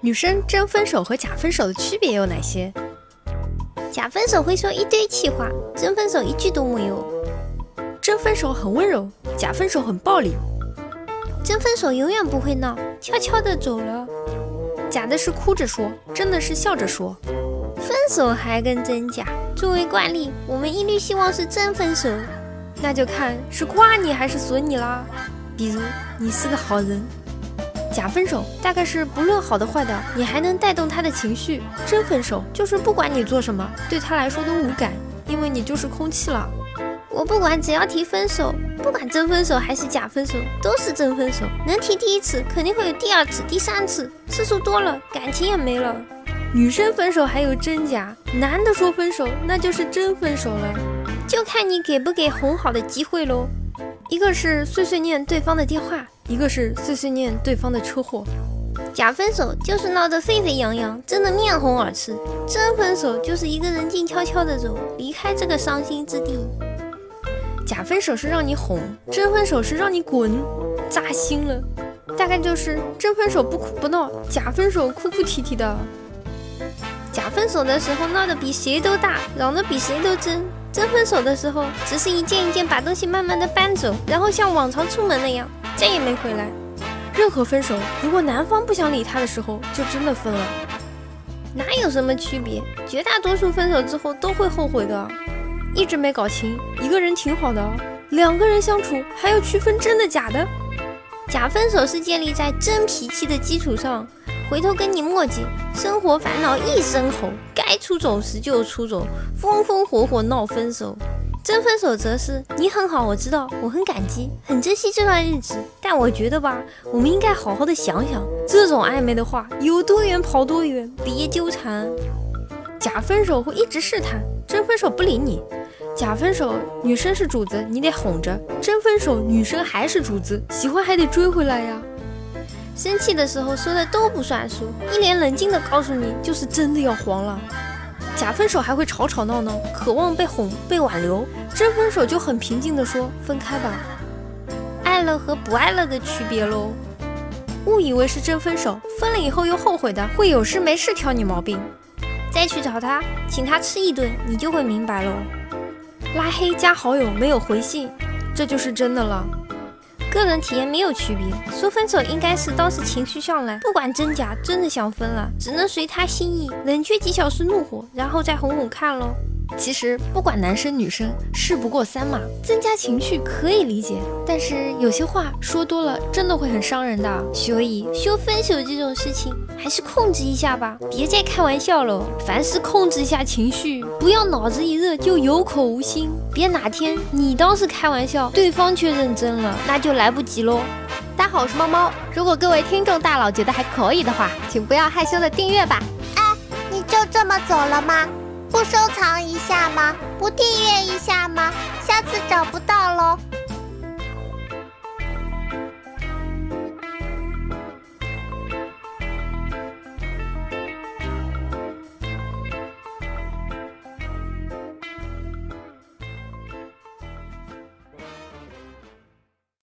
女生真分手和假分手的区别有哪些？ 假分手会说一堆气话，真分手一句都没有。 真分手很温柔，假分手很暴力。 真分手永远不会闹，悄悄地走了。 假的是哭着说，真的是笑着说。 分手还跟真假，作为惯例，我们一律希望是真分手。 那就看是夸你还是损你啦。比如你是个好人。假分手大概是不论好的坏的，你还能带动他的情绪。真分手就是不管你做什么，对他来说都无感，因为你就是空气了。 我不管，只要提分手，不管真分手还是假分手，都是真分手。能提第一次，肯定会有第二次、第三次，次数多了，感情也没了。 女生分手还有真假，男的说分手，那就是真分手了， 就看你给不给哄好的机会咯。 一个是碎碎念对方的电话，一个是碎碎念对方的车祸。 假分手就是闹得沸沸扬扬，争得面红耳赤；真分手就是一个人静悄悄地走，离开这个伤心之地。 假分手是让你哄，真分手是让你滚，扎心了。大概就是真分手不哭不闹，假分手哭哭啼啼的。 假分手的时候闹得比谁都大，嚷得比谁都真。真分手的时候，只是一件一件把东西慢慢的搬走，然后像往常出门那样，再也没回来。 任何分手，如果男方不想理他的时候，就真的分了。 哪有什么区别？绝大多数分手之后都会后悔的。 一直没搞清，一个人挺好的，两个人相处还要区分真的假的。 假分手是建立在真脾气的基础上，回头跟你磨叽，生活烦恼一声吼，该出走时就出走，风风火火闹分手。真分手则是你很好，我知道，我很感激，很珍惜这段日子，但我觉得吧，我们应该好好的想想， 这种暧昧的话有多远跑多远，别纠缠。假分手会一直试探，真分手不理你。假分手女生是主子，你得哄着；真分手女生还是主子，喜欢还得追回来呀。 生气的时候说的都不算数， 一脸冷静的告诉你，就是真的要黄了。假分手还会吵吵闹闹，渴望被哄被挽留；真分手就很平静的说分开吧。 爱了和不爱了的区别咯。 误以为是真分手，分了以后又后悔的，会有事没事挑你毛病。 再去找他，请他吃一顿，你就会明白咯。 拉黑加好友没有回信，这就是真的了。 个人体验没有区别，说分手应该是当时情绪上来，不管真假，真的想分了，只能随他心意，冷却几小时怒火，然后再哄哄看咯。 其实不管男生女生，事不过三嘛，增加情绪可以理解，但是有些话说多了真的会很伤人的。 所以说分手这种事情还是控制一下吧，别再开玩笑了。凡事控制一下情绪，不要脑子一热就有口无心，别哪天你当是开玩笑，对方却认真了，那就来不及咯。 大家好，我是猫猫。如果各位听众大佬觉得还可以的话，请不要害羞的订阅吧。 你就这么走了吗？不收藏一下吗？不订阅一下吗？下次找不到咯。